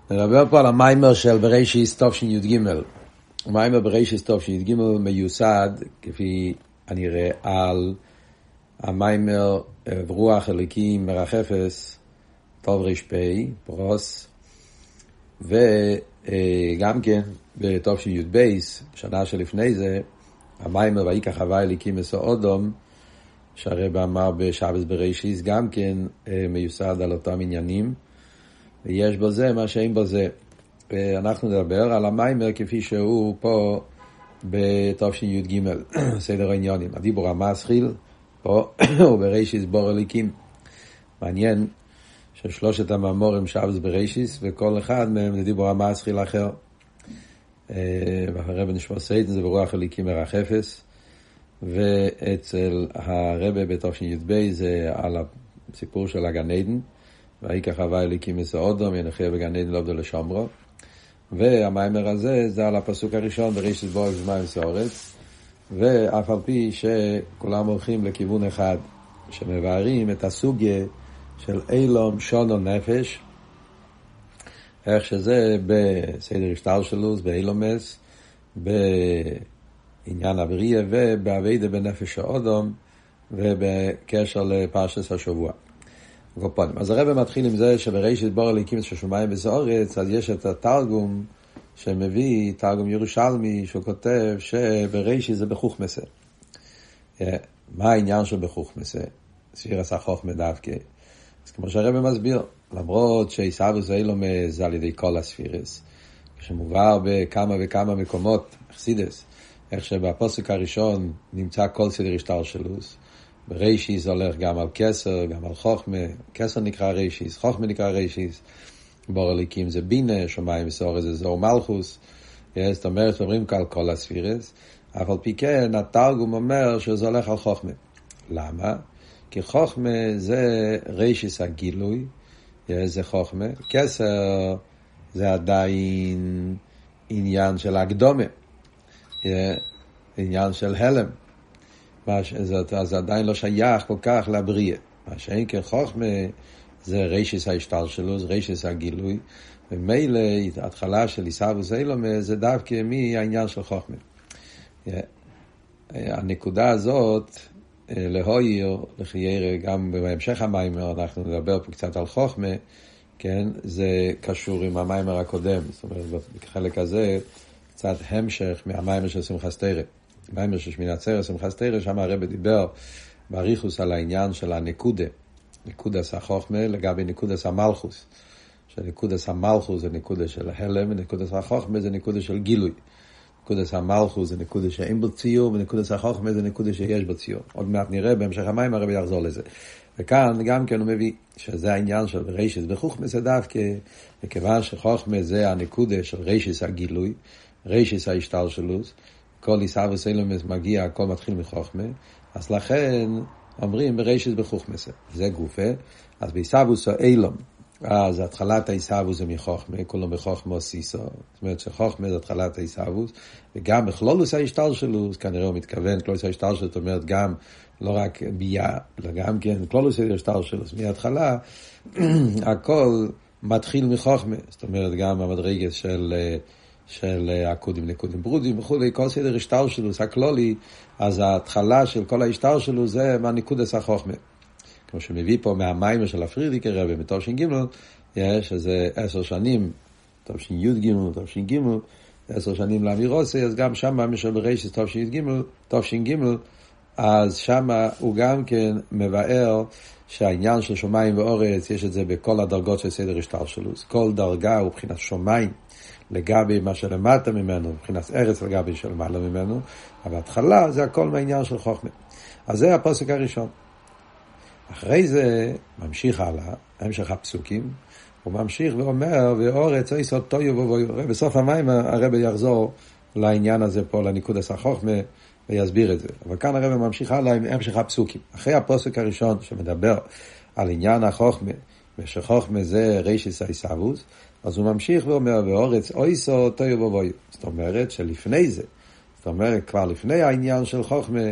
נדבר פה על המיימר של בראשיס תשי"ג. המיימר בראשיס תשי"ג מיוסד, כפי הנראה, על המיימר ברוח אלוקים מרחפס טוב ר"פ, פרוס, וגם כן בתשי"ב, שנה שלפני זה, המיימר ויקח הווה אלוקים עשה אודום, שהרב אמר בשבת בראשיס, גם כן מיוסד על אותם עניינים, ויש בו זה מה שאין בו זה. אנחנו נדבר על המיימר כפי שהוא פה בתשי"ג, סדר העניינים. הדיבור המסחיל פה הוא בראשיס בור אלוקים. מעניין ששלושת המאמרים שבת בראשיס, וכל אחד מהם זה דיבור המסחיל אחר. והרב נשמע סיידן זה ברוח אלוקים מרחפס, ואצל הרב בתשי"ב זה על הסיפור של הגן עדן, ויקח הווה אלוקים עשה אודום ינחיה בגן עדן לעבדו לשומרו. והמיימר הזה זה על הפסוק הראשון בראשיס בורא שמיים וארץ, ואף על פי שכולם הולכים לכיוון אחד, שמבארים את הסוגיה של אילום שונו נפש, איך שזה בסדר השתלשלות, באילומס, בעניין הבריאה ובעבודה בנפש האדם, ובקשר לפרשת השבוע. אז הרב מתחיל עם זה שבראשית בורא אלוקים עשה שמיים וארץ, אז יש את התרגום שמביא, תרגום ירושלמי, שהוא כותב שבראשית זה בחוכמסה. מה העניין של בחוכמסה? ספיר עשה חוכמה דווקא. אז כמו שהרב מסביר, למרות שעיסאוויס ואילומס זה על ידי כל הספירס, כשמובהר בכמה וכמה מקומות, חסידס, איך שבפסוק הראשון נמצא כל סדר השתלשלות, בראשיס זה הולך גם על כסר, גם על חוכמה. כסר נקרא ראשיס, חוכמה נקרא ראשיס. בור אלוקים זה בינה, שמיים וארץ זה זוהר מלכוס. זאת אומרת, אומרים כאן כל הספירס, אף על פי כן התרגום אומר שזה הולך על חוכמה. למה? כי חוכמה זה ראשיס הגילוי, זה חוכמה. כסר זה עדיין עניין של הקדומה, עניין של הלם. אז עדיין לא שייך כל כך לבריאה. מה שאין כחוכמה זה ראשיס ההשתלשלות, זה ראשיס הגילוי, ומילא ההתחלה של עיסאוויס ואילומס זה דווקא מהעניין של חוכמה. הנקודה הזאת להויר, לחיירה, גם בהמשך המיימר אנחנו נדבר פה קצת על חוכמה, כן? זה קשור עם המיימר הקודם, זאת אומרת בחלק הזה קצת המשך מהמיימר של שמחת תורה. מיימר של שמיני עצרת, שמחת תורה, שם הרב דיבר באריכות על העניין של הנקודה, נקודס החוכמה לגבי נקודס המלכוס, שנקודס המלכוס זה נקודה של הלם, ונקודס החוכמה זה נקודה של גילוי. נקודס המלכוס זה נקודה שאין בו ציור, ונקודס החוכמה זה נקודה שיש בו ציור. עוד מעט נראה בהמשך המים הרב יחזור לזה. וכאן גם כן הוא מביא שזה העניין של ראשיס בחוכמה זה דווקא, וכיוון שחוכמה זה הנקודה של ראשיס הגילוי, ראשיס ההשתלשלות, כל עיסאוויס ואילומס מגיע, הכל מתחיל מחוכמה, אז לכן אומרים בראשיס בחוכמה זה גופה. אז בעיסאוויס ואילום, אז התחלת העיסאוויס זה מחוכמה, כולו מחוכמה סיסו, זאת אומרת שחוכמה זה התחלת העיסאוויס, וגם בכלולוס ההשתלשלות, כנראה הוא מתכוון, כלולוס ההשתלשלות, זאת אומרת גם לא רק בייה, אלא גם כן כלולוס ההשתלשלות, מההתחלה הכל מתחיל מחוכמה, זאת אומרת גם המדרגה של הקודים נקודים ברודים וכולי, כל סדר השתלשלות הכללי, אז ההתחלה של כל ההשתלשלות זה מהנקודס החוכמה. כמו שמביא פה מהמיימר של הפרידיקר רבי בתשי"ג, יש איזה 10 שנים, תשי"ג, 10 שנים לאמירוסי, אז גם שם במשל בראשיס תשי"ג, אז שם הוא גם כן מבאר שהעניין של שמיים וארץ, יש את זה בכל הדרגות של סדר השתלשלות. כל דרגה הוא מבחינת שמיים לגבי מה שלמטה ממנו, מבחינת ארץ לגבי שלמעלה ממנו, אבל התחלה זה הכל מהעניין של חוכמה. אז זה הפסוק הראשון. אחרי זה ממשיך הלאה, המשך הפסוקים, הוא ממשיך ואומר, ואורץ עשה טוב ובויו. בסוף המים הרב יחזור לעניין הזה פה, לנקודס החוכמה, ויסביר את זה. אבל כאן הרב ממשיך הלאה עם המשך הפסוקים. אחרי הפסוק הראשון שמדבר על עניין החוכמה, ושחוכמה זה ראשיס העיסאוויס, אז הוא ממשיך ואומר, ואורץ עשה טוב ובויו. זאת אומרת שלפני זה, זאת אומרת כבר לפני העניין של חוכמה,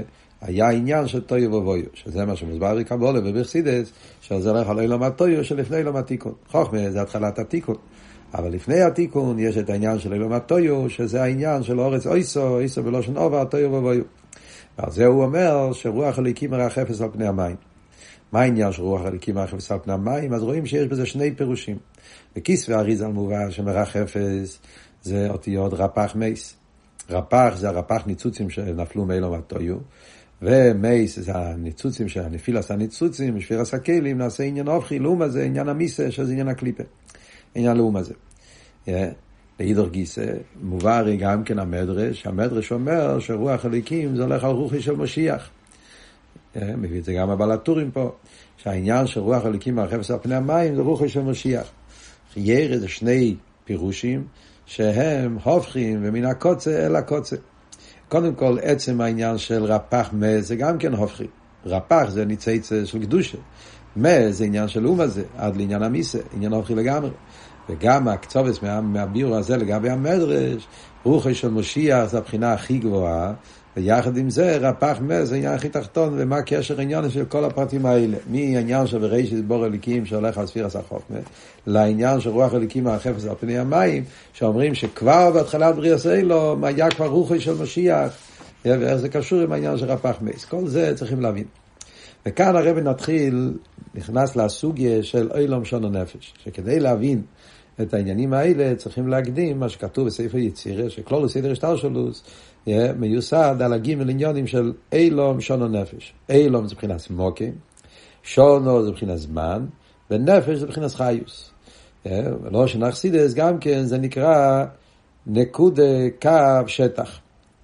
היה עניין של טויו ובויו, שזה מה שמוסבר בקבולה ובחסידס, שזה הולך על אילום הטויו שלפני אילום התיקון. חוכמה זה התחלת התיקון. אבל לפני התיקון יש את העניין של אילום הטויו, שזה העניין של אורץ אויסו, אויסו בלושן אובר, טויו ובויו. ועל זה הוא אומר שרוח הליקים מרחפת על פני המים. מה העניין של רוח הליקים מרחפת על פני המים? אז רואים שיש בזה שני פירושים. בכיסוי האריזל מובא שמרחפת זה אותיות רפ"ח מייס. רפ"ח זה הרפ"ח ניצוצים שנפלו מאילום הטויו, ומייס זה הניצוצים של הנפילס הניצוצים, שפירס הכלים, נעשה עניין אופכי, לאום הזה, עניין המיסה, שזה עניין הקליפה, עניין לאום הזה. להידור גיסא, מובא הרי גם כן המדרש אומר שרוח הליקים זה הולך על רוחי של משיח. מביא את זה גם הבלטורים פה, שהעניין של רוח הליקים מרחפת על פני המים זה רוחי של משיח. ירא זה שני פירושים שהם הופכים ומן הקוצה אל הקוצה. קודם כל, עצם העניין של רפ"ח מז זה גם כן הופכי. רפ"ח זה ניצוץ של קדושה. מז זה עניין של אום הזה, עד לעניין המיסה, עניין הופכי לגמרי. וגם הקצובס מהביור הזה לגבי המדרש, רוחי של משיח זה הבחינה הכי גבוהה, ויחד עם זה רפ"ח מז זה העניין הכי תחתון, ומה הקשר העניין של כל הפרטים האלה. מהעניין של בראשית בור הליקים שהולך על ספירס החוכמה, לעניין של רוח הליקים מרחפת על פני המים, שאומרים שכבר בהתחלת בריאת אילום היה כבר רוחי של משיח, ואיך זה קשור עם העניין של רפ"ח מז. כל זה צריכים להבין. וכאן הרב נכנס לסוגיה של אילום שונו נפש, שכדי להבין את העניינים האלה צריכים להקדים מה שכתוב בספר יצירה, שכלול סדר השתלשלוס מיוסד על הגימל עניונים של אילום שונו נפש. אילום זה מבחינת מוקים, שונו זה מבחינת זמן, ונפש זה מבחינת חיוס. ולא שנחסידס גם כן זה נקרא נקודה קו שטח.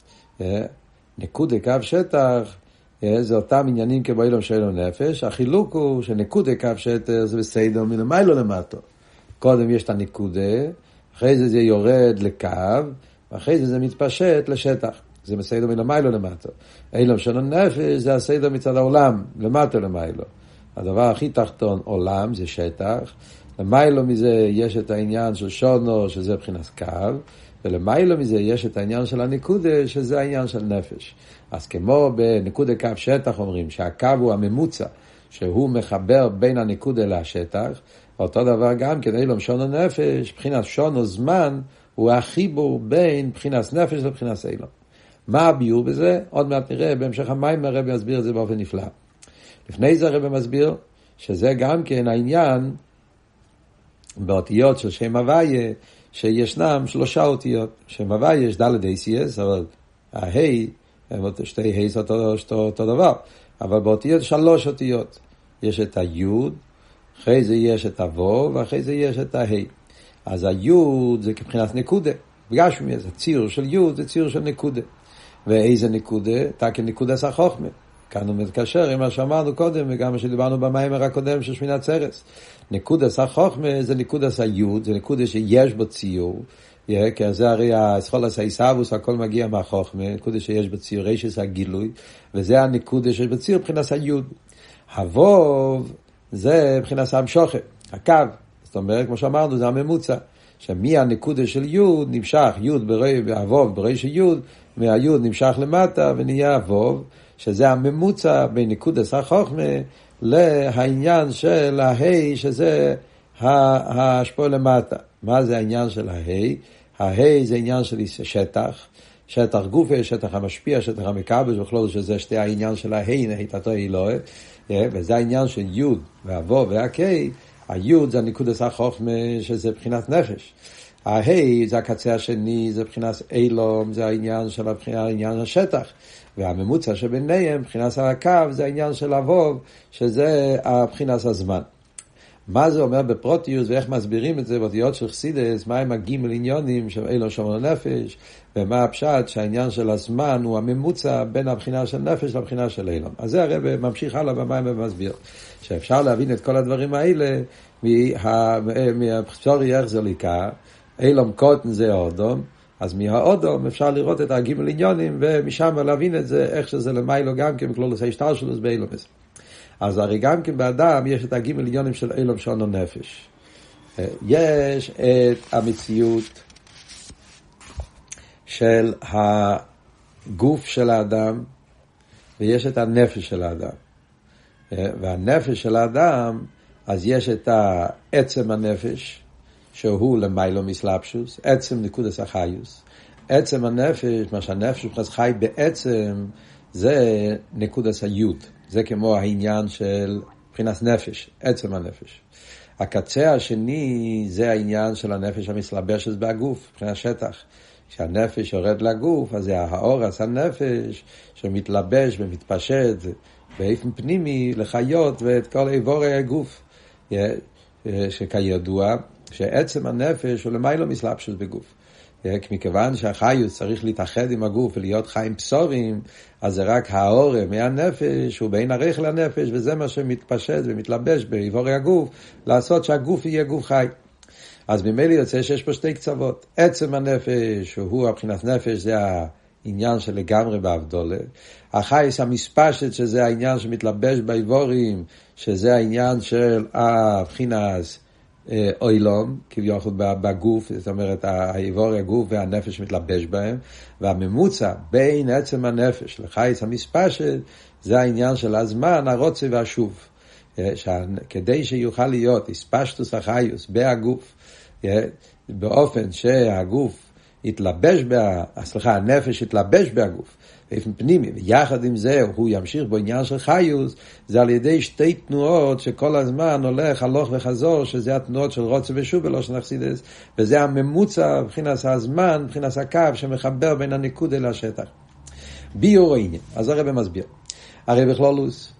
נקודה קו שטח זה אותם עניינים כמו אילום שאילום נפש. החילוק הוא שנקודה קו שטח זה בסדר מלמיילו למטו. קודם יש את הנקודה, אחרי זה זה יורד לקו, ואחרי זה זה מתפשט לשטח. זה בסדר מלמיילו למטו. אילום שאילום נפש זה הסדר מצד העולם, למטו למיילו. הדבר הכי תחתון עולם זה שטח, למיילו מזה יש את העניין של שונו שזה מבחינת קו, ולמיילו מזה יש את העניין של הנקודה שזה העניין של נפש. אז כמו בנקודה קו שטח אומרים שהקו הוא הממוצע שהוא מחבר בין הנקודה לשטח, אותו דבר גם כן אילום שונו נפש, מבחינת שונו זמן הוא החיבור בין מבחינת נפש לבחינת אילום. מה הביור בזה? עוד מעט נראה, בהמשך המים הרב יסביר את זה באופן נפלא. לפני זה הרב מסביר שזה גם כן העניין באותיות של שם הוויה, שישנם 3 אותיות. שם הוויה יש ד' אייסיאס, אבל ההי, שתי היס אותו דבר, אבל באותיות 3 אותיות. יש את היוד, אחרי זה יש את הוו, ואחרי זה יש את ההי. אז היוד זה כבחינת נקודה. בגשמי, זה ציר של יוד, זה ציר של נקודה. ואיזה נקודה? תקן נקודה סחוכמה. כאן הוא מתקשר עם מה שאמרנו קודם, וגם מה שדיברנו במיימר הקודם של שמינת צרס. נקודה סחוכמה זה נקודה סיוד, זה נקודה שיש בו ציור, כי זה הרי הסחול הסייסבוס, הכל מגיע מהחוכמה, נקודה שיש בו ציור, רשס הגילוי, וזה הנקודה שיש בו ציור, מבחינת היוד. הווב זה מבחינת המשוכת, הקו, זאת אומרת, כמו שאמרנו, זה הממוצע, שמהנקודה של יוד נמשך, יוד בהווב, בראש יוד, מהיוד נמשך למטה ונהיה הווב, שזה הממוצע בין נקודת החוכמה לעניין של ההי, שזה השפוע למטה. מה זה העניין של ההי? ההי זה עניין של שטח, שטח גופה, שטח המשפיע, שטח המקבל, בכלול שזה שתי העניין של ההי, נהיתתו אלוהי, וזה העניין של יוד והוו והקי. היוד זה נקודת החוכמה שזה בחינת נפש. ההי זה הקצה השני, זה בחינת אילום, זה העניין של העניין השטח. והממוצע שביניהם, מבחינת הקו, זה העניין של הוו, שזה הבחינת הזמן. מה זה אומר בפרוטיוס, ואיך מסבירים את זה באותיות של חסידס, מה הם הגימל עניונים של אילום שונו נפש, ומה הפשט שהעניין של הזמן הוא הממוצע בין הבחינה של נפש לבחינה של אילום. אז זה הרב ממשיך הלאה במים ומסביר, שאפשר להבין את כל הדברים האלה מהפסורי איך זה ליקה, אילום קוטן זה אודום, אז מהאודום אפשר לראות את הגימל עניונים, ומשם להבין את זה, איך שזה למיילו גם כן, כלול עושה השתלשלוס באילומס. אז הרי גם כן באדם יש את הגימל עניונים של אילום שונו נפש. יש את המציאות של הגוף של האדם, ויש את הנפש של האדם. והנפש של האדם, אז יש את עצם הנפש, שהוא למיילו מסלבשוס, עצם נקודס החיוס. עצם הנפש, מה שהנפש חי בעצם, זה נקודס היוד. זה כמו העניין של מבחינת נפש, עצם הנפש. הקצה השני זה העניין של הנפש המסלבשת בהגוף, מבחינת שטח. כשהנפש יורד לגוף, אז זה האורס הנפש שמתלבש ומתפשט באופן פנימי לחיות ואת כל איבורי הגוף. שכידוע, שעצם הנפש הוא למיילו מסלבשוס בגוף. מכיוון שהחיוס צריך להתאחד עם הגוף ולהיות חיים בשורים, אז זה רק האורה מהנפש, הוא בין הריח לנפש, וזה מה שמתפשט ומתלבש באיבורי הגוף, לעשות שהגוף יהיה גוף חי. אז ממילא יוצא שיש פה שתי קצוות. עצם הנפש, שהוא הבחינת נפש, זה העניין של לגמרי בהבדולה. החייס המספשת, שזה העניין שמתלבש באיבורים, שזה העניין של הבחינת אוילום, כביכול בגוף, זאת אומרת, האיבורי הגוף והנפש מתלבש בהם, והממוצע בין עצם הנפש לחייס המספשת, זה העניין של הזמן, הרוצה והשוב. כדי שיוכל להיות הספשטוס החיוס בהגוף, באופן שהגוף יתלבש הנפש יתלבש בהגוף, באופן פנימי, ויחד עם זה הוא ימשיך בעניין של חיוס, זה על ידי שתי תנועות שכל הזמן הולך הלוך וחזור, שזה התנועות של רוצה ושוב ולא של נחסידס, וזה הממוצע מבחינת הזמן, מבחינת הקו שמחבר בין הנקודה לשטח. ביור העניין, אז הרב מסביר. הרי בכלולוס,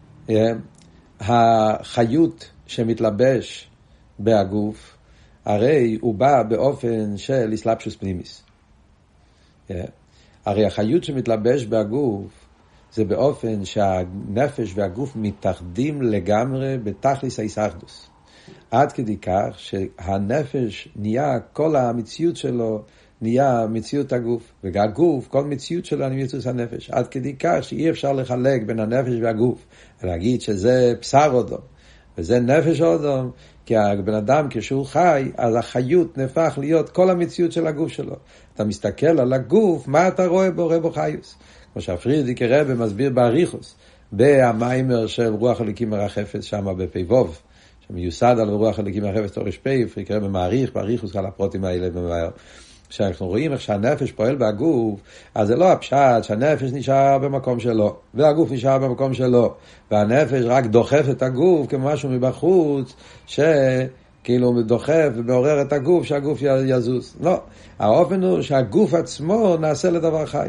החיות שמתלבש בהגוף, הרי הוא בא באופן של אסלאפשוס פנימיס. הרי החיות שמתלבש בהגוף, זה באופן שהנפש והגוף מתאחדים לגמרי בתכליס האיסאחדוס. עד כדי כך שהנפש נהיה, כל המציאות שלו נהיה מציאות הגוף, והגוף, כל מציאות שלו נהיה מציאות הנפש. עד כדי כך שאי אפשר לחלק בין הנפש והגוף, ולהגיד שזה בשר אודום, וזה נפש אודום, כי הבן אדם כשהוא חי, אז החיות נהפך להיות כל המציאות של הגוף שלו. אתה מסתכל על הגוף, מה אתה רואה בו? רואה בו חיוס. כמו שהפרידיק רבי מסביר באריכוס, במיימר של רוח הליקים מרחפת שם בפייבוב, שמיוסד על רוח הליקים מרחפת תורש פי, פריק רבי מעריך, באריכוס על הפרוטים האלה במאיר. כשאנחנו רואים איך שהנפש פועל בהגוף, אז זה לא הפשט שהנפש נשאר במקום שלו, והגוף נשאר במקום שלו, והנפש רק דוחף את הגוף כמשהו מבחוץ, שכאילו דוחף ומעורר את הגוף, שהגוף יזוז. לא, האופן הוא שהגוף עצמו נעשה לדבר חי.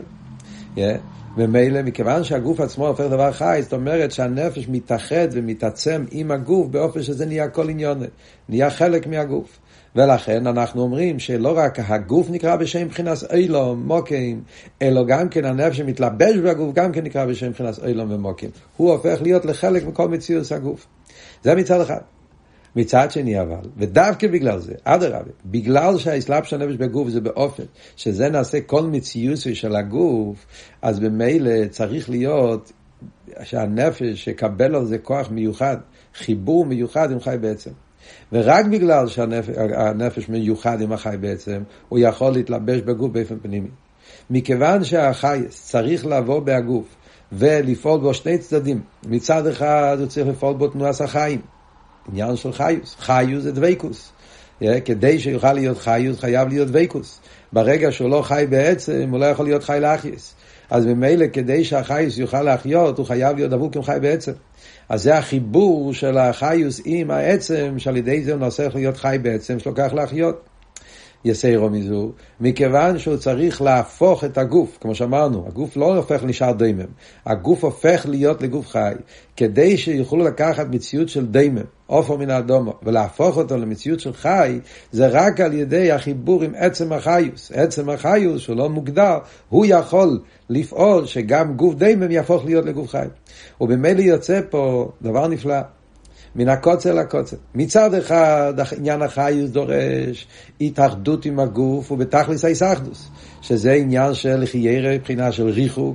ומילא, מכיוון שהגוף עצמו הופך לדבר חי, זאת אומרת שהנפש מתאחד ומתעצם עם הגוף, באופן שזה נהיה כל עניון, נהיה חלק מהגוף. ולכן אנחנו אומרים שלא רק הגוף נקרא בשם מבחינת אילום, מוקים, אלא גם כן הנפש שמתלבש בגוף גם כן נקרא בשם מבחינת אילום ומוקים. הוא הופך להיות לחלק מכל מציאות הגוף. זה מצד אחד. מצד שני אבל, ודווקא בגלל זה, אדרבה, בגלל שהאסלאפשוס הנפש בגוף זה באופן שזה נעשה כל מציאות של הגוף, אז במילא צריך להיות שהנפש יקבל על זה כוח מיוחד, חיבור מיוחד עם חי בעצם. ורק בגלל שהנפש מיוחד עם החי בעצם, הוא יכול להתלבש בגוף באופן פנימי. מכיוון שהחייס צריך לבוא בהגוף ולפעול בו שני צדדים, מצד אחד הוא צריך לפעול בו תנועת החיים, עניין של חיוס. חיוס זה דוויקוס. כדי שיוכל להיות חיוס חייב להיות דוויקוס. ברגע שהוא לא חי בעצם, הוא לא יכול להיות חי לאחייס. אז ממילא כדי שהחייס יוכל להחיות, הוא חייב להיות דבוק עם חי בעצם. אז זה החיבור של החיוס עם העצם, שעל ידי זה הוא נוסח להיות חי בעצם, שלוקח להחיות. יסיירו מזו, מכיוון שהוא צריך להפוך את הגוף, כמו שאמרנו, הגוף לא הופך נשאר דיימם, הגוף הופך להיות לגוף חי, כדי שיוכלו לקחת מציאות של דיימם, אופו מן האדומו, ולהפוך אותו למציאות של חי, זה רק על ידי החיבור עם עצם החיוס. עצם החיוס, שהוא לא מוגדר, הוא יכול לפעול שגם גוף דיימם יהפוך להיות לגוף חי. ובמילא יוצא פה דבר נפלא, מן הקוצר לקוצר. מצד אחד, עניין החיוס דורש התאחדות עם הגוף ובתכלס האיסאחדוס, שזה עניין של חיירה, בחינה של ריחוק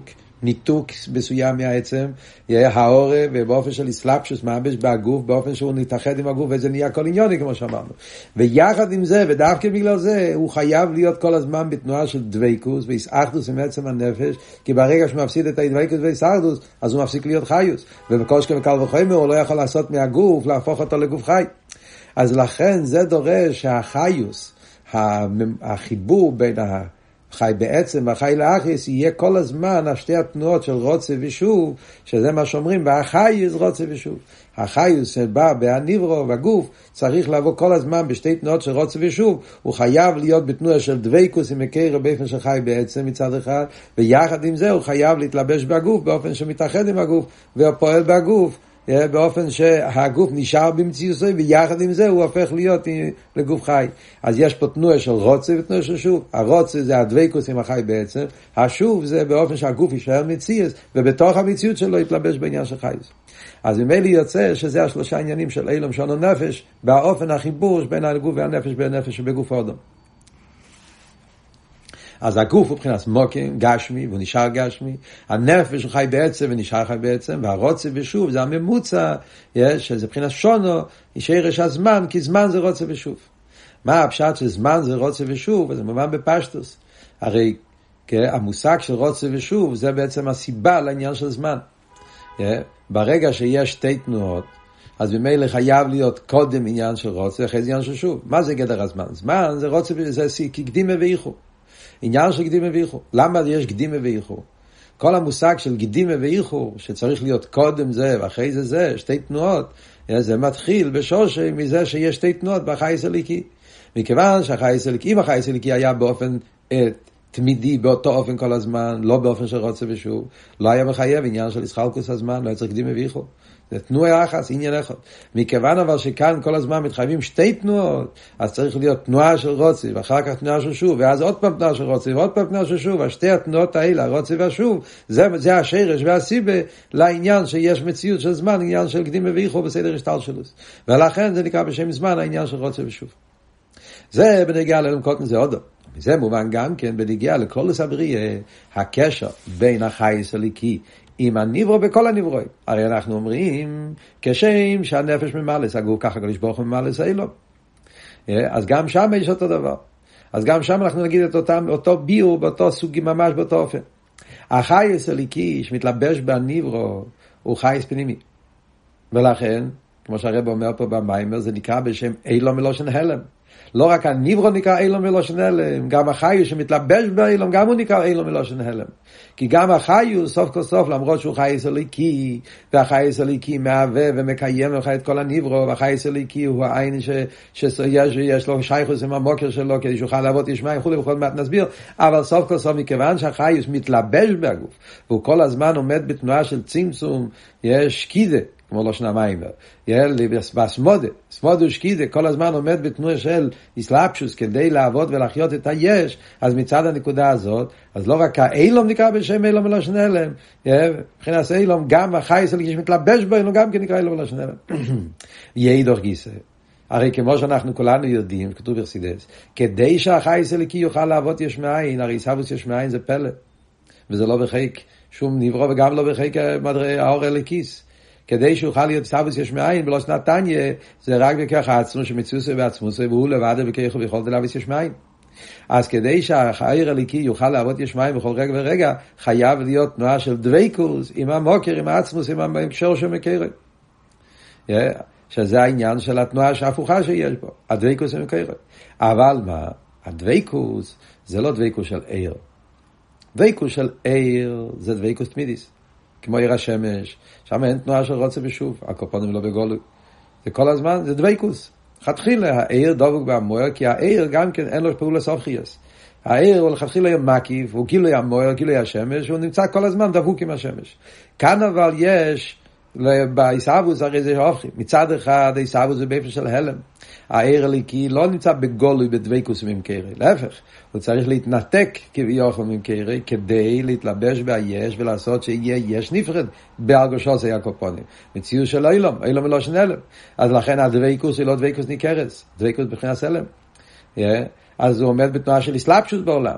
ניתוק מסוים מהעצם, העורף, ובאופן של אסלאפשוס ממש בהגוף, באופן שהוא נתאחד עם הגוף, וזה נהיה כל עניוני כמו שאמרנו. ויחד עם זה, ודווקא בגלל זה, הוא חייב להיות כל הזמן בתנועה של דוויקוס ואיסאחדוס עם עצם הנפש, כי ברגע שהוא מפסיד את הדוויקוס ואיסאחדוס, אז הוא מפסיק להיות חיוס. ובקושקה וקל וחומר הוא לא יכול לעשות מהגוף, להפוך אותו לגוף חי. אז לכן זה דורש שהחיוס, החיבור בין החי בעצם והחי לאחריס יהיה כל הזמן השתי התנועות של רוצה ושוב, שזה מה שאומרים, והחייס רוצה ושוב. החייס שבא בהניברו והגוף צריך לבוא כל הזמן בשתי תנועות של רוצה ושוב, הוא חייב להיות בתנועה של דוויקוס עם מקרה באופן שחי בעצם מצד אחד, ויחד עם זה הוא חייב להתלבש בגוף באופן שמתאחד עם הגוף ופועל בגוף באופן שהגוף נשאר במציאותו, ויחד עם זה הוא הופך להיות לגוף חי. אז יש פה תנועה של רוצה ותנועה של שוב. הרוצה זה הדוויקוס עם החי בעצם, השוב זה באופן שהגוף יישאר מציאות, ובתוך המציאות שלו יתלבש בעניין של חי. אז ממילא יוצא שזה השלושה עניינים של אילום שונו נפש, באופן החיבור בין הגוף והנפש, בין הנפש ובגוף האדם. אז הגוף הוא מבחינת מוקים, גשמי, והוא נשאר גשמי. הנפש הוא חי בעצם ונשאר חי בעצם, והרוצה ושוב זה הממוצע, שזה מבחינת שונו, שרש הזמן, כי זמן זה רוצה ושוב. מה הפשט שזמן זה רוצה ושוב? זה מובן בפשטוס. הרי המושג של רוצה ושוב זה בעצם הסיבה לעניין של זמן. ברגע שיש שתי תנועות, אז במילא חייב להיות קודם עניין של רוצה, אחרי זה עניין של שוב. מה זה גדר הזמן? זמן זה רוצה, זה קדימה ואיחור. עניין של קדימה ואיחור. למה יש קדימה ואיחור? כל המושג של קדימה ואיחור, שצריך להיות קודם זה ואחרי זה, שתי תנועות, זה מתחיל בשורשי מזה שיש שתי תנועות בחייס הליקי. מכיוון שהחייס הליקי, אם החייס הליקי היה באופן תמידי, באותו אופן כל הזמן, לא באופן של רוצה ושוב, לא היה מחייב עניין של ישחלקוס הזמן, לא היה צריך קדימה ואיחור. זה תנועה אחת, עניין אחד. מכיוון אבל שכאן כל הזמן מתחייבים שתי תנועות, אז צריך להיות תנועה של רוצה, ואחר כך תנועה של שוב, ואז עוד פעם תנועה של רוצה, ועוד פעם תנועה של שוב, השתי התנועות האלה, הרוצה והשוב, זה השרש והסיבה לעניין שיש מציאות של זמן, עניין של קדימה ואיחור בסדר השתלשלות. ולכן זה נקרא בשם זמן העניין של רוצה ושוב. זה בנגיעה לאלוקות זה עוד. זה מובן גם כן בנגיעה לכלולוס הבריאה, הקשר בין החייס הליקי עם הניברו בכל הניברואים. הרי אנחנו אומרים, כשם שהנפש ממלס, הגוף ככה הקדוש ברוך הוא ממלס האילום. אז גם שם יש אותו דבר. אז גם שם אנחנו נגיד את אותו ביור, באותו סוגי ממש באותו אופן. החייס הליקי שמתלבש בניברו, הוא חייס פנימי. ולכן, כמו שהרב אומר פה במיימר, זה נקרא בשם אילום מלושן הלם. לא רק הניברו נקרא אילום מלושן הלם, גם החיוס שמתלבש באילום, גם הוא נקרא אילום מלושן הלם. כי גם החיוס, סוף כל סוף, למרות שהוא חייס אליקי, והחייס אליקי מהווה ומקיים לך את כל הניברו, והחייס אליקי הוא העין שיש לו שייכוס עם המוקר שלו, כדי שיוכל לעבוד ישמע, וכו' וכו' מעט נסביר, אבל סוף כל סוף, מכיוון שהחיוס מתלבש בגוף, והוא כל הזמן עומד בתנועה של צמצום, יש קידה, כמו לא שנמיים, בסמודה, סמודה ושקידה, כל הזמן עומד בתנועה של איסלאפשוס, כדי לעבוד ולחיות את היש, אז מצד הנקודה הזאת, אז לא רק האילום נקרא בשם אילום מלושן הלם, מבחינת אילום, גם החייס הליקי שמתלבש בו, גם כן נקרא אילום מלושן הלם. יהידוך גיסא. הרי כמו שאנחנו כולנו יודעים, כתוב בחסידות, כדי שהחייס הליקי יוכל לעבוד יש מאין, הרי סבוס יש מאין זה פלא, וזה לא בחיק שום נברו, וגם לא בחיק האור הליקיס. כדי שיוכל להיות סבוס יש מאין ולא שנתניה, זה רק בכך העצמו שמציוסו בעצמוסו, והוא לבד וכך ויכול דלאביס יש מאין. אז כדי שהחיר הליקי יוכל לעבוד יש מאין בכל רגע ורגע, חייב להיות תנועה של דוויקוס, עם המוקר, עם העצמוס, עם המקשר שמקרה. שזה העניין של התנועה ההפוכה שיש בו, הדוויקוס המקרה. אבל מה? הדוויקוס זה לא דוויקוס של עיר. דוויקוס של עיר זה דוויקוס תמידיס. כמו עיר השמש, שם אין תנועה של רוצה ושוב, הקופונים לא בגולו. זה כל הזמן, זה דוויקוס. חתחילה, העיר דבוק במוער, כי העיר גם כן אין לו פעולה סופחייס. העיר הוא לכתחילה יום מקיף, הוא גילוי המוער, גילוי השמש, הוא נמצא כל הזמן דבוק עם השמש. כאן אבל יש, בעיסאוווס הרי זה הופכים. מצד אחד, העיסאוווס זה באיפה של הלם. העיר הליקי לא נמצא בגולוי בדוויקוס ממקרי. להפך, הוא צריך להתנתק כביכול ממקרי, כדי להתלבש ביש ולעשות שיהיה יש נפרד בהרגשות זה הקופונים. מציאות של אילום, אילום מלושן הלם. אז לכן הדוויקוס היא לא דוויקוס ניכרס, דוויקוס בבחינת הלם. אז הוא עומד בתנועה של אסלאפשוס בעולם.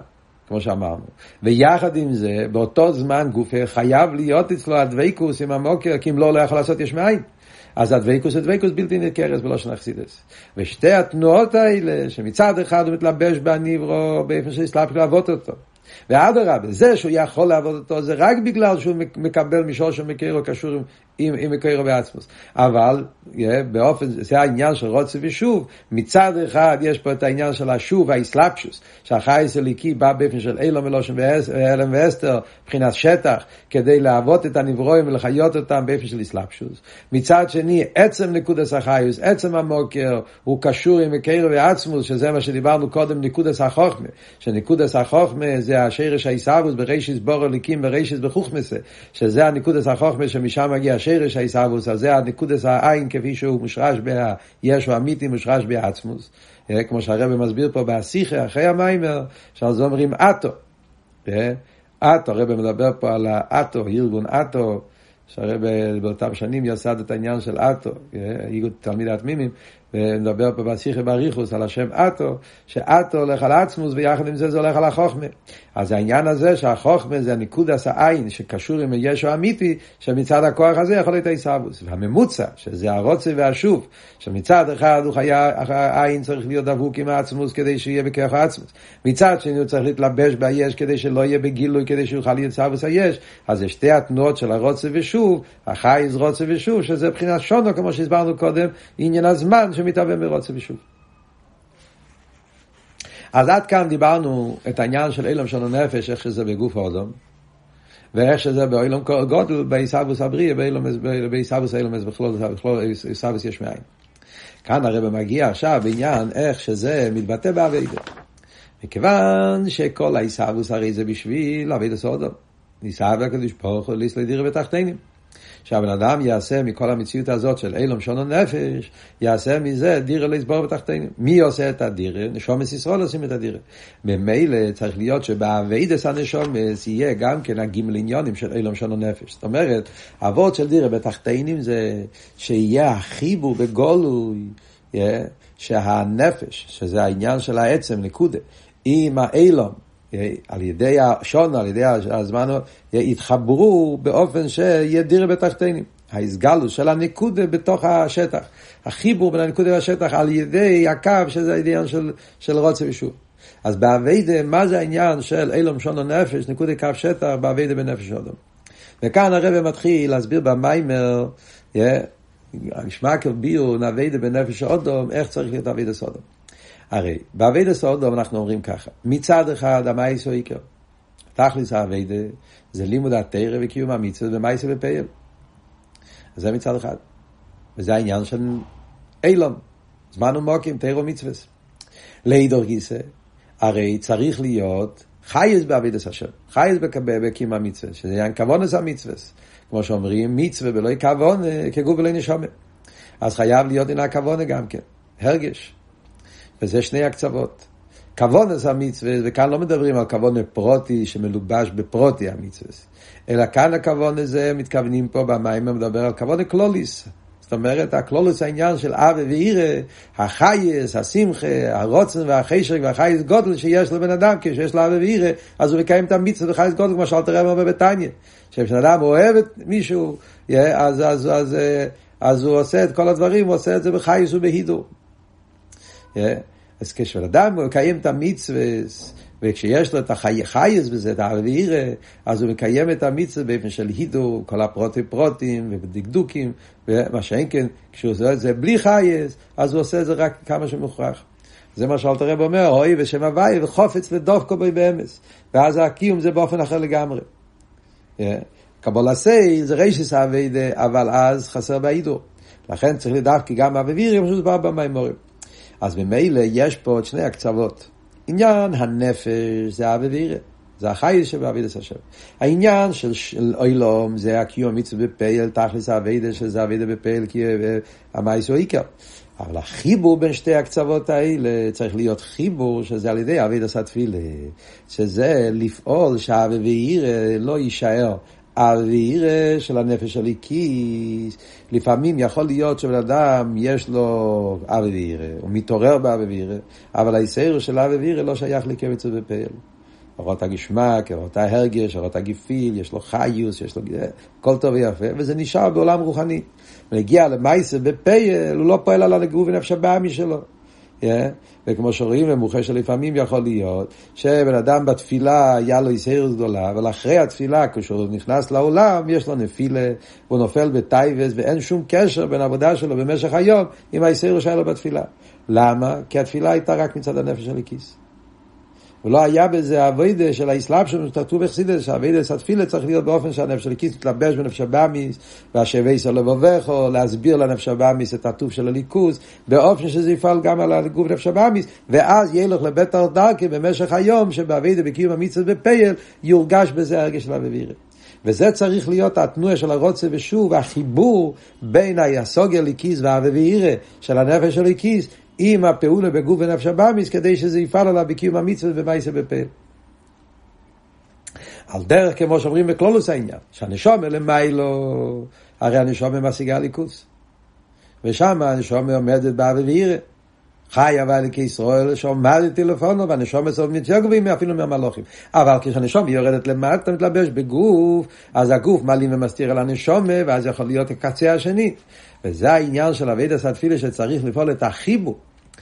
כמו שאמרנו. ויחד עם זה, באותו זמן גופה חייב להיות אצלו הדוויקוס עם המוקר, כי אם לא יכול לעשות יש מאין. אז הדוויקוס הדוויקוס בלתי נתקרס בלושן אכסידס. ושתי התנועות האלה, שמצד אחד הוא מתלבש בניברו, באופן שיסלאפ לעבוד אותו. ואדרבה, זה שהוא יכול לעבוד אותו, זה רק בגלל שהוא מקבל משור שמקרו קשור עם מקרו בעצמוס. אבל, באופן, זה העניין של רוצה ושוב, מצד אחד יש פה את העניין של השוב, האסלאפשוס, שהחייס הליקי בא באופן של אילום ולושן ואלם ואסתר, מבחינת שטח, כדי לעבוד את הנברואים ולחיות אותם באופן של אסלאפשוס. מצד שני, עצם נקודס החייס, עצם המוקר, הוא קשור עם מקרו בעצמוס, שזה מה שדיברנו קודם, נקודס החוכמה, שנקודס החוכמה זה השרש הישאבוס ברישיס בור הליקים ברישיס בחוכמסה, שזה הנקודס החוכמה שמשם מגיע השרש הישאבוס, אז זה הנקודס העין כפי שהוא מושרש בישו אמיתי מושרש בעצמוס, כמו שהרב מסביר פה בהשיחה אחרי המיימר, שעל זה אומרים אטו, אטו, הרב מדבר פה על האטו, ארגון אטו, שהרב באותם שנים יסד את העניין של אטו, איגוד תלמיד התמימים, ומדבר פה בשיחה באריכוס על השם אטו, שאטו הולך על עצמוס ויחד עם זה הולך על החוכמה. אז העניין הזה שהחוכמה זה הנקודס העין שקשור עם הישו אמיתי, שמצד הכוח הזה יכול להיות הישאבוס. והממוצע, שזה הרוצה והשוב, שמצד אחד העין צריך להיות דבוק עם העצמוס כדי שיהיה בכוח העצמוס. מצד שני הוא צריך להתלבש ביש כדי שלא יהיה בגילוי, כדי שיוכל להיות ישאבוס היש. אז זה שתי התנועות של הרוצה ושוב, החייז רוצה ושוב, שזה בחינת שונו, כמו שהסברנו קודם, עניין הזמן שמתהווה מרוצה ושוב. אז עד כאן דיברנו את העניין של אילום שונו נפש, איך שזה בגוף האדם, ואיך שזה באילום גודל, בישאבוס הבריא, בישאבוס אילומס בכלול, בישאבוס יש מאין. כאן הרב מגיע עכשיו בעניין איך שזה מתבטא בעבודה. מכיוון שכל הישאבוס הרי זה בשביל עבודת האדם. ניסה והקדוש ברוך הוא להסתדר בתחתינים. שהבן אדם יעשה מכל המציאות הזאת של אילום שונו נפש, יעשה מזה דירה להסבור בתחתינים. מי עושה את הדירה? נשומס ישראל עושים את הדירה. במילא צריך להיות שבעבודת הנשומס יהיה גם כן הגימל עניונים של אילום שונו נפש. זאת אומרת, עבוד של דירה בתחתינים זה שיהיה החיבור בגולוי, שהנפש, שזה העניין של העצם, נקודה, עם האילום, על ידי השונה, על ידי הזמן, יתחברו באופן שיהיה דירה בתחתינים. ההסגלוס של הנקודה בתוך השטח. החיבור בין הנקודה והשטח על ידי הקו, שזה העניין של רוצה ושוב. אז בעבודה, מה זה העניין של אילום שונו נפש, נקודה קו שטח, בעבודה בנפש אדם. וכאן הרב מתחיל להסביר במיימר, המשמע ביור, נעבודה בנפש אדם, איך צריך להיות עבודה סודם. הרי, בעבודת האדם אנחנו אומרים ככה, מצד אחד המייס הוא עיקר. תכלס העבודה זה לימוד התורה וקיום המצוות ומייס בפועל. זה מצד אחד. וזה העניין של אילום, זמן ומוקים, תורה ומצוות. לאידור גיסא, הרי צריך להיות חייס בעבודת השם, חייס בקיום המצוות, שזה עניין כוונס המצוות. כמו שאומרים, מצווה בלא כוון כגוף בלא נשמה. אז חייב להיות in הכוונה גם כן, הרגש. וזה שני הקצוות. כוונס המצווה, וכאן לא מדברים על כוונה פרוטי שמלובש בפרוטי המצווה, אלא כאן הכוונה זה מתכוונים פה במים, מדבר על כוונה קלוליס. זאת אומרת, הקלוליס העניין של אבא ואירא, החייס, השמחה, הרוצן והחשק והחייס גודל שיש לבן אדם, כשיש לו אבא ואירא, אז הוא מקיים את המצווה וחייס גודל, כמו שאלת הרב אומר בבתניא, שבן אדם אוהב את מישהו, אז הוא עושה את כל הדברים, הוא עושה את זה בחייס ובהידור. אז כשאדם מקיים את המצווה, וכשיש לו את החייס בזה, את האווירה, אז הוא מקיים את המצווה באופן של הידור, כל הפרוטים ובדקדוקים, ומה שאין כן, כשהוא עושה את זה בלי חייס, אז הוא עושה את זה רק כמה שמוכרח. זה מה שאלת הרב אומר, אוי ושם הווי וחופץ ודופקו בי באמס, ואז הקיום זה באופן אחר לגמרי. קבול סייל זה רישיס העבודה, אבל אז חסר בהידור. לכן צריך לדעת כי גם האווירה, כמו שזה בא במיימורים. אז במילא יש פה את שני הקצוות. עניין הנפש זה האווירה, זה החייס שבעבודת השם. העניין של אילום זה הקיום המצווה בפועל, תכלס העבודה שזה העבודה בפועל, כי המייס הוא עיקר. אבל החיבור בין שתי הקצוות האלה צריך להיות חיבור שזה על ידי עבודת התפילה, שזה לפעול שהאווירה לא יישאר האווירה של הנפש הליקי. לפעמים יכול להיות שבן אדם יש לו אווירה, הוא מתעורר באווירה, אבל היסר של האווירה לא שייך לקבץ ובפעל. אורות הגשמק, אורות ההרגש, אורות הגיפיל, יש לו חיוס, יש לו כל טוב ויפה, וזה נשאר בעולם רוחני. ולהגיע למייסה בפייל, הוא לא פועל על הנגוב ונפש הבאמי שלו. וכמו שרואים למוחה שלפעמים יכול להיות שבן אדם בתפילה היה לו יסיירות גדולה, אבל אחרי התפילה כשהוא נכנס לעולם יש לו נפילה, הוא נופל בטייבס ואין שום קשר בין העבודה שלו במשך היום עם היסיירות שהיה לו בתפילה. למה? כי התפילה הייתה רק מצד הנפש הליקיס, ולא היה בזה העבודה של האסלאם שכתוב בחסידות, שהעבודה של התפילה צריך להיות באופן שהנפש הליקיס מתלבש בנפש הבאמיס, והשווה של לבבך, או להסביר לנפש הבאמיס את הטוב של הליכוז, באופן שזה יפעל גם על הגוף נפש הבאמיס, ואז ילך לבית הרד"קי במשך היום, שבעבודה בקיום המצוות בפייל, יורגש בזה הרגש של האווירה. וזה צריך להיות התנועה של הרוצה ושוב, והחיבור בין היסוג הליקיס והאווירה של הנפש הליקיס, עם הפעולה בגוף ונפש הבאמיס, כדי שזה יפעל עליו בקיום המצוות במעשה בפייל. על דרך כמו שאומרים בכלולוס העניין, שהנשמה למיילו, הרי הנשמה משיגה ליכוס, ושם הנשמה עומדת באווירה, חי אבל כישראל שעומד טלפונו, והנשמה סוף יותר גבוהים אפילו מהמלוכים. אבל כשהנשמה יורדת למטה מתלבש בגוף, אז הגוף מעלים ומסתיר על הנשמה, ואז יכול להיות הקצה השני. וזה העניין של עבודת התפילה, שצריך לפעול את החיבור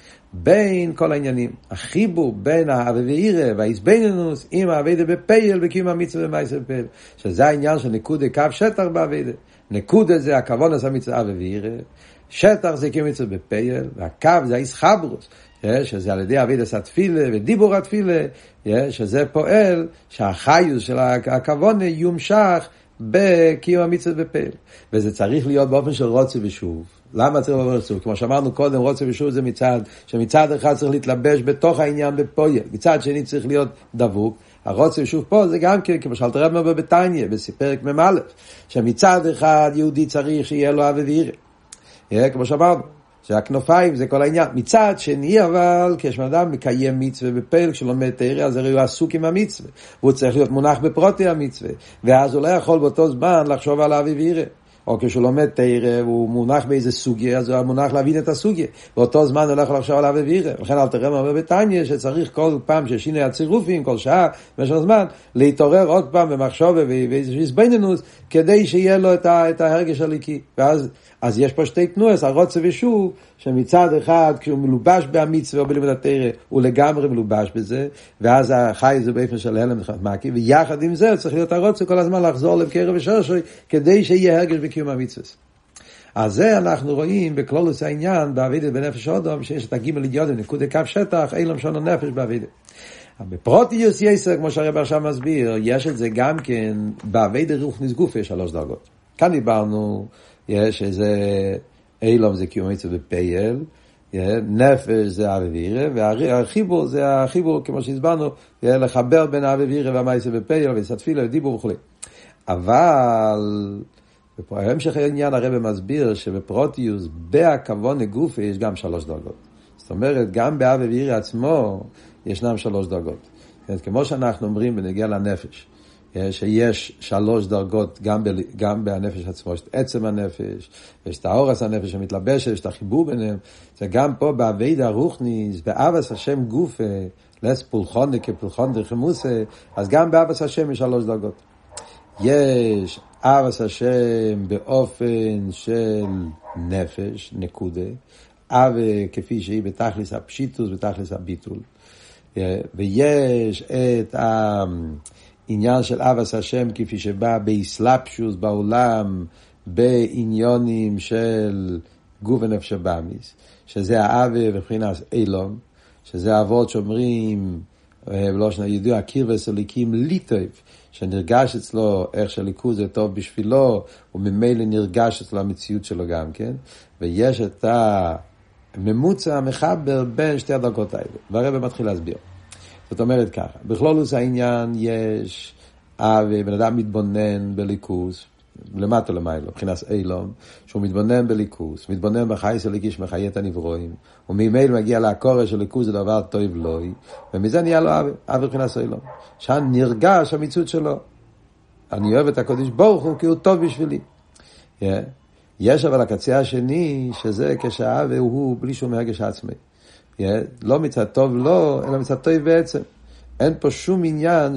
בין כל העניינים, החיבור בין האווירה וההתבוננות עם העבודה בפייל בקיום המצוות במעשה בפייל, שזה העניין של נקודה קו שטח בעבודה. נקודה זה הכוונה של המצוות האווירה, שטח זה קיום המצוות בפייל, והקו זה ההתחברות, שזה על ידי עבודת התפילה ודיבור התפילה, שזה פועל שהחיוס של הכוונה יומשך בקיום המצוות בפייל. וזה צריך להיות באופן של רוצה ושוב. למה צריך להיות ושוב? כמו שאמרנו קודם, רוצה ושוב זה מצד, שמצד אחד צריך להתלבש בתוך העניין בפועל, מצד שני צריך להיות דבוק. הרוצה ושוב פה זה גם כן, כמו שאלת רב בבתניה, בפרק מ"א, שמצד אחד יהודי צריך שיהיה לו אווירה. כמו שאמרנו, שהכנופיים זה כל העניין. מצד שני אבל, כשאדם מקיים מצווה בפייל, כשלומד תורה, אז הרי הוא עסוק עם המצווה, והוא צריך להיות מונח בפרוטי המצווה, ואז הוא לא יכול באותו זמן לחשוב על האווירה. או כשהוא לומד תורה, הוא מונח באיזה סוגיה, אז הוא מונח להבין את הסוגיה. באותו זמן הוא לא יכול לחשוב על האווירה. לכן אל תראה מה בבתניה, שצריך כל פעם ששיני הצירופים, כל שעה, במשך הזמן, להתעורר עוד פעם במחשבה ואיזושהי הסביננות, כדי שיהיה לו את ההרגש הליקי. אז יש פה שתי תנועות, הרוצה ושוב, שמצד אחד, כשהוא מלובש בהמצווה או בלימוד התורה, הוא לגמרי מלובש בזה, ואז החי זה באופן של הלם וחמקי, ויחד עם זה צריך להיות הרוצה כל הזמן לחזור לבקר ושרשוי, כדי שיהיה הרגש בקיום המצווה. אז זה אנחנו רואים בכלולוס העניין, בעבודה בנפש אדם, שיש את הגימל אידיודים, נקודה קו שטח, אילם שון הנפש בעבודה. בפרוטיוס יסר, כמו שהרב עכשיו מסביר, יש את זה גם כן, בעבודה רוחניס גוף יש 3 דרגות. כאן דיברנו, יש איזה אילום זה קיום מצוות בפייל, נפש זה האווירה, והחיבור זה החיבור, כמו שהסברנו, לחבר בין האווירה והמעשה בפייל, וסתפילה ודיבור וכו'. אבל בהמשך העניין הרב מסביר שבפרוטיוס, בהכוונה גופה, יש גם 3 דרגות. זאת אומרת, גם באווירה עצמו ישנם 3 דרגות. כמו שאנחנו אומרים בנגיע לנפש, שיש 3 דרגות גם בנפש עצמו, יש את עצם הנפש, יש את האורס הנפש שמתלבש, יש את החיבור ביניהם. זה גם פה בעבודה רוחניס, באבס השם גופה, לס פולחון כפולחון דחמוסה, אז גם באבס השם יש 3 דרגות. יש אבס השם באופן של נפש, נקודה, כפי שהיא בתכלס הפשיטוס, בתכלס הביטול. ויש את העניין של אבס השם כפי שבא באסלאפשוס בעולם, בעניונים של גוף ונפש הבאמיס, שזה האווה ובחינת אילום, שזה האבות שאומרים, לא ידוע, הקרבס הליקים ליטוב, שנרגש אצלו איך שהליכוז זה טוב בשבילו, וממילא נרגש אצלו המציאות שלו גם כן, ויש את הממוצע המחבר בין 2 הדרגות האלה, והרבא מתחיל להסביר. זאת אומרת ככה, בכלולוס העניין יש בן אדם מתבונן בליכוז, למטה למיילו, מבחינת אילום, שהוא מתבונן בליכוז, מתבונן בחייס הליקיש מחיה את הנברואים, וממילא מגיע לעקורש של ליכוז זה דבר טוב לוי, ומזה נהיה לו אבי מבחינת אילום. שם נרגש המציאות שלו. אני אוהב את הקודש ברוך הוא כי הוא טוב בשבילי. יש אבל הקצה השני, שזה כשהאבי הוא בלי שום הרגש עצמי. לא מצד טוב לא, אלא מצד טוב בעצם. אין פה שום עניין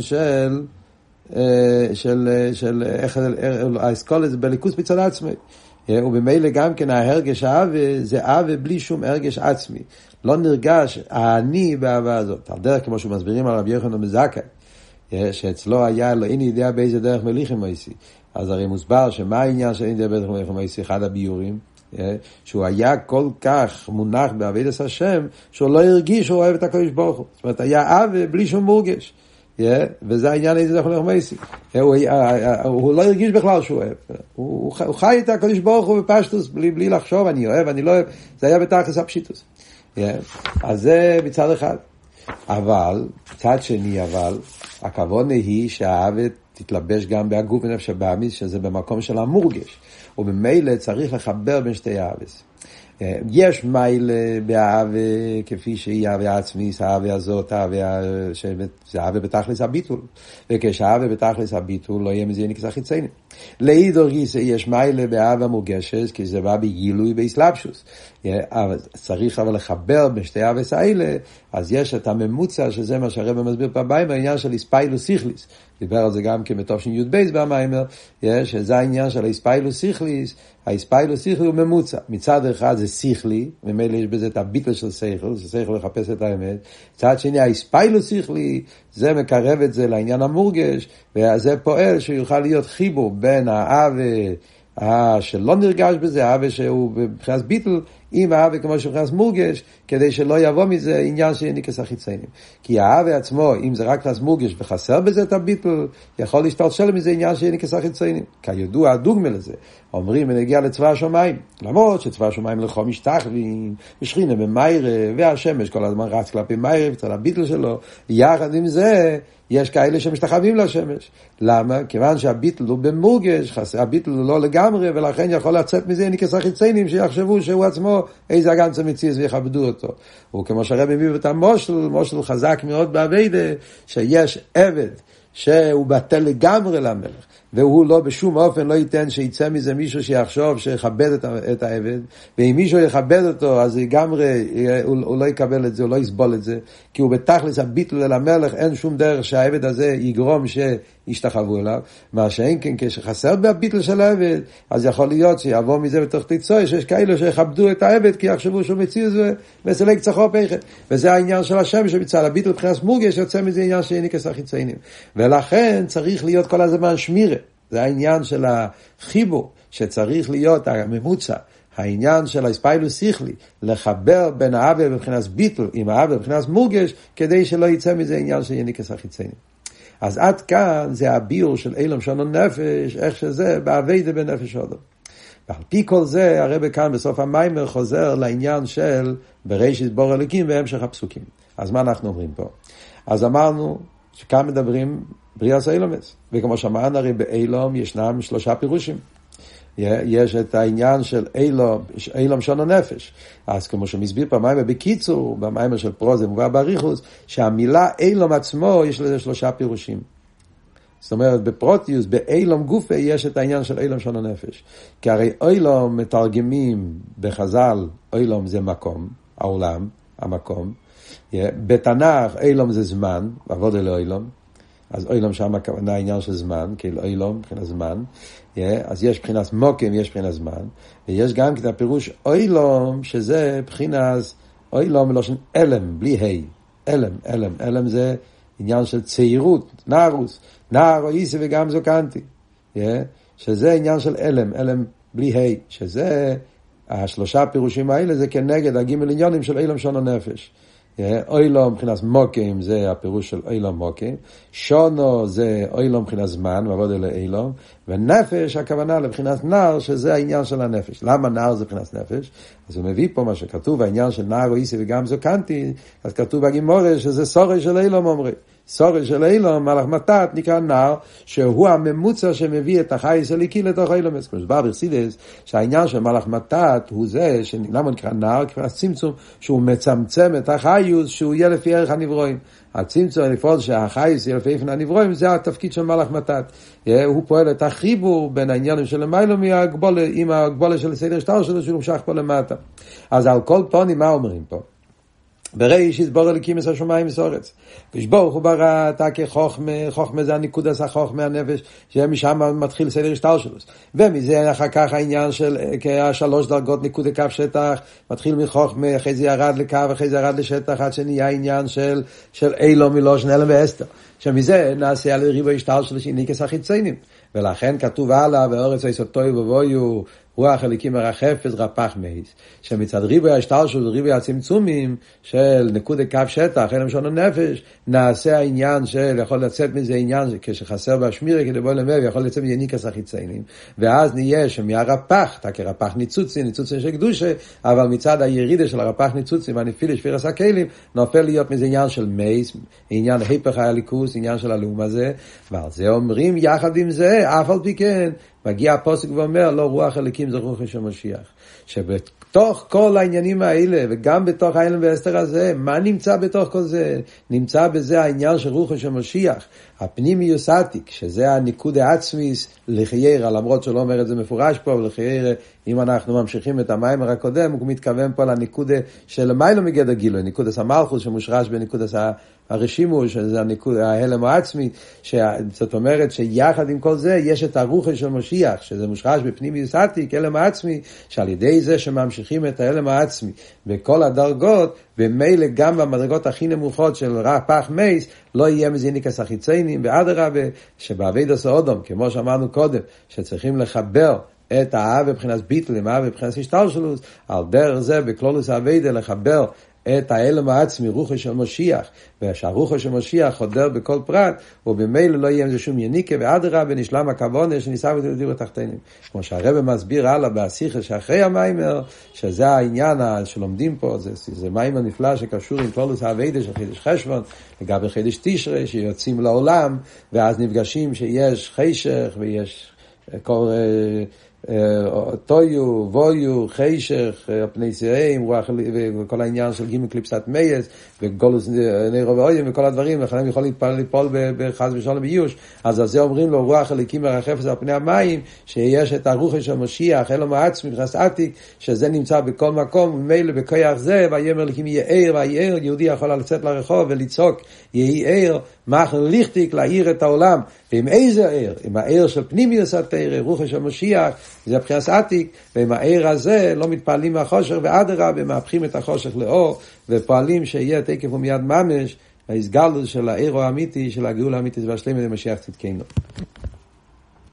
של איך האסכולה זה בליכוס מצד עצמי. ובמילא גם כן ההרגש האהבה זה אהבה בלי שום הרגש עצמי. לא נרגש האני באהבה הזאת. על דרך כמו שמסבירים על רבי יוחנן בן זכאי, שאצלו היה לו אין יודע באיזה דרך מליכים מייסי. אז הרי מוסבר שמה העניין של אין יודע באיזה דרך מליכים מייסי, אחד הביורים, שהוא היה כל כך מונח בעבודת השם, שהוא לא הרגיש שהוא אוהב את הקדוש ברוך הוא. זאת אומרת, היה אהבה בלי שום מורגש. וזה העניין איזה דרך מליכים מייסי. הוא לא הרגיש בכלל שהוא אוהב. הוא חי את הקדוש ברוך הוא בפשטוס, בלי לחשוב, אני אוהב, אני לא אוהב. זה היה בתכלס הפשיטוס. אז זה מצד אחד. אבל, מצד שני, הכוונה היא שהאהבה תתלבש גם בהגוף ונפש הבאמיס, שזה במקום של המורגש. ובמילא צריך לחבר בין שתי אהבס. יש מייל באהבה כפי שהיא אהבה עצמית, האהבה הזאת, זה אהבה בתכלס הביטול. וכשאהבה בתכלס הביטול לא יהיה מזה יניקס החיציינים. לאידור גיסא יש מייל באהבה מורגשת, כי זה בא בגילוי באסלאפשוס. צריך אבל לחבר בין שתי אהבס האלה, אז יש את הממוצע, שזה מה שהרבא מסביר פעמיים, העניין של איספיילוס סיכליס. דיבר על זה גם כמתופשין י' בייס במיימר, שזה העניין של האיספיילוס סיכליס. האיספיילוס סיכלי הוא ממוצע. מצד אחד זה סיכלי, ממילא יש בזה את הביטל של סייכל, שסייכל לחפש את האמת. מצד שני, האיספיילוס סיכלי, זה מקרב את זה לעניין המורגש, וזה פועל שיוכל להיות חיבור בין האהבה שלא נרגש בזה, האהבה שהוא בבחינת ביטל, עם האהבה כמו שבחינת מורגש, כדי שלא יבוא מזה עניין שניקס החיציינים. כי האהבה עצמו, אם זה רק בחינת מורגש וחסר בזה את הביטל, יכול להשתלשל מזה עניין שניקס החיציינים. כידוע, הדוגמה לזה, אומרים ונגיע לצבא השמיים, למרות שצבא השמיים לכו משתחווים, ושכינה במיירה, והשמש כל הזמן רץ כלפי מיירה, וצל הביטל שלו, יחד עם זה, יש כאלה שמשתחווים לשמש. למה? כיוון שהביטל הוא במורגש, הביטל הוא לא לגמרי, ולכן יכול לצאת מזה ניקס החיציינים שיחשבו שהוא עצמו איזה הגנץ המציאס ויכבדו אותו. וכמו שהרב מביא את מושל חזק מאוד בעבודה, שיש עבד שהוא בטל לגמרי למלך, והוא לא בשום אופן לא ייתן שיצא מזה מישהו שיחשוב שיכבד את העבד, ואם מישהו יכבד אותו אז לגמרי הוא לא יקבל את זה, הוא לא יסבול את זה, כי הוא בתכלס הביטל אל המלך, אין שום דרך שהעבד הזה יגרום שישתחוו אליו. מה שאין כן, כשחסר בהביטל של העבד, אז יכול להיות שיבוא מזה בתוך תיצוי, שיש כאלו שיכבדו את העבד כי יחשבו שהוא מציאס וסלק צחו פייכת. וזה העניין של השם, שמצד הביטל מבחינת מורגש יוצא מזה עניין שניקס החיציינים. ולכן צריך להיות כל הזמן שמירה. זה העניין של החיבור, שצריך להיות הממוצע, העניין של האספיילוס סיכלי, לחבר בין האהבה בבחינת ביטל עם האהבה בבחינת מורגש, כדי שלא יצא מזה עניין של יניקס החיציינים. אז עד כאן זה הביור של אילום שונו נפש, איך שזה בעבודה בנפש אדם. ועל פי כל זה, הרב כאן בסוף המיימר חוזר לעניין של בראשית בור אלוקים והמשך הפסוקים. אז מה אנחנו אומרים פה? אז אמרנו שכאן מדברים בריאס אילומס, וכמו שאמרנו הרי באילום ישנם 3 פירושים. יש את העניין של אילום שונו נפש. אז כמו שמסביר פעמיים בקיצור, במיימר של פרוזה מובא באריכוס, שהמילה אילום עצמו יש לזה 3 פירושים. זאת אומרת, בפרוטיוס, באילום גופה, יש את העניין של אילום שונו נפש. כי הרי אילום מתרגמים בחז"ל, אילום זה מקום, העולם, המקום. בתנ"ך, אילום זה זמן, עבודה לאילום. אז אילום שם הכוונה העניין של זמן, כאילו אילום, מבחינת זמן. אז יש מבחינת מוקם, יש מבחינת זמן. ויש גם כדי הפירוש אילום, שזה מבחינת אילום מלושן אלם, בלי ה'. אלם זה עניין של צעירות, נערוס. נער או איסי וגם זוקנתי. שזה עניין של אלם בלי ה'. שזה, 3 פירושים האלה, זה כנגד הגימל עניונים של אילום שונו נפש. אילום מבחינת מוקים זה הפירוש של אילום מוקים, שונו זה אילום מבחינת זמן, ועבוד אלה אילום, ונפש הכוונה לבחינת נער, שזה העניין של הנפש. למה נער זה מבחינת נפש? אז הוא מביא פה מה שכתוב, העניין של נער או איסי וגם זוקנתי, אז כתוב בגימורה שזה סורי של אילום אומרי. סורי של אילום, מלאך מתת, נקרא נער, שהוא הממוצע שמביא את החייס הליקי לתוך אילומס. כמו שבא ברסידס, שהעניין של מלאך מתת הוא זה, למה נקרא נער? כפי הצמצום, שהוא מצמצם את החייס, שהוא יהיה לפי ערך הנברואים. הצמצום לפעול שהחייס יהיה לפי ערך הנברואים, זה התפקיד של מלאך מתת. הוא פועל את החיבור בין העניינים של המיילו עם הגבולה של סדר שטר שלו, שהוא משך פה למטה. אז על כל פונים, מה אומרים פה? בראשית ברא אלוקים את השמיים והארץ. ברוך הוא ברא תקי חוכמה, חוכמה זה הניקודס החוכמה הנפש, שמשם מתחיל סדר השתלשלות. ומזה אחר כך העניין של שלוש דרגות ניקוד קו שטח, מתחיל מחוכמה, אחרי זה ירד לקו, אחרי זה ירד לשטח, עד שנהיה העניין של אילו מלושן הלם ואסתר. שמזה נעשה על ריבוי השתלשלות של ניקס החיצונים. ולכן כתוב הלאה, בארץ יסוד טוב ובויו, רוח אלוקים מרחפת רפ"ח מייס, שמצד ריבוי השתלשלות וריבוי הצמצומים של נקודת קו שטח, אלם שון הנפש, נעשה העניין של, יכול לצאת מזה עניין, כשחסר בשמירה כדי בוא למב, יכול לצאת מזה ניקס החיציינים, ואז נהיה שמהרפ"ח, כרפ"ח ניצוצי של קדושה, אבל מצד הירידה של הרפ"ח ניצוצי, והנפילה שפיר עשה כלים, נופל להיות מזה עניין של מייס, עניין היפך הליכוס, עניין של הלאום הזה, ועל זה אומרים יחד עם זה, אף על פי כן, מגיע הפוסק ואומר, לא רוח אלוקים זה רוחו של משיח. שבתוך כל העניינים האלה, וגם בתוך האלם והאסתר הזה, מה נמצא בתוך כל זה? נמצא בזה העניין של רוחו של משיח. הפנימיוס עתיק, שזה הניקוד העצמיס לחיירה, למרות שלא אומר את זה מפורש פה, אבל לחיירה, אם אנחנו ממשיכים את המיימר הקודם, הוא מתכוון פה לניקוד של מיילו מגדר גילוי, ניקוד המלכות שמושרש בניקוד הרשימו, שזה הניקוד, ההלם העצמי, זאת אומרת שיחד עם כל זה יש את הרוחו של משיח, שזה מושרש בפנימיוס עתיק, הלם העצמי, שעל ידי זה שממשיכים את ההלם העצמי בכל הדרגות, ומילא גם במדרגות הכי נמוכות של רפ"ח מייס, לא יהיה מזה ניקס החיציינים, ואדרבה, שבעבודת האדם, כמו שאמרנו קודם, שצריכים לחבר את האהבה בבחינת ביטול עם האהבה בבחינת השתלשלות, על דרך זה בכלולוס העבודה לחבר את ההלם העצמי, רוחו של משיח, ושהרוחו של משיח חודר בכל פרט, ובמילא לא יהיה עם זה שום יניקה, ואדרבה נשלם הכוונה שניסה ותלדירו תחתינים. כמו שהרבא מסביר הלאה בשיחה שאחרי המיימר, שזה העניין שלומדים פה, זה מיימר נפלא שקשור עם כלולוס העבודה של חידש חשבון, לגבי חידש תשרי, שיוצאים לעולם, ואז נפגשים שיש חשך ויש כל טויו, וויו, חשך, פני סירים, וכל העניין של גימל קליפסת מייס, וגולוס נרו ואויים, וכל הדברים, וכן יכול ליפול בחז ושלום ביוש. אז על זה אומרים לו, רוח אלוקים מרחפת על פני המים, שיש את הרוח של משיח, אלו מעצמי, בכנס עתיק, שזה נמצא בכל מקום, ומילא בכוח זה, ויאמר אלוקים יהיה עיר, ויהיה עיר, יהודי יכול לצאת לרחוב ולצעוק, יהיה עיר, מאכל ליכטיק, להעיר את העולם. ועם איזה עיר? עם העיר של פנימיוס התורה, רוח של משיח, זה הבחינת עתיק, ועם העיר הזה לא מתפעלים מהחושך, ואדרבה מהפכים את החושך לאור, ופועלים שיהיה תקף ומיד ממש, ההסגלות של העיר האמיתי, של הגאולה האמיתית והשלמה למשיח צדקנו.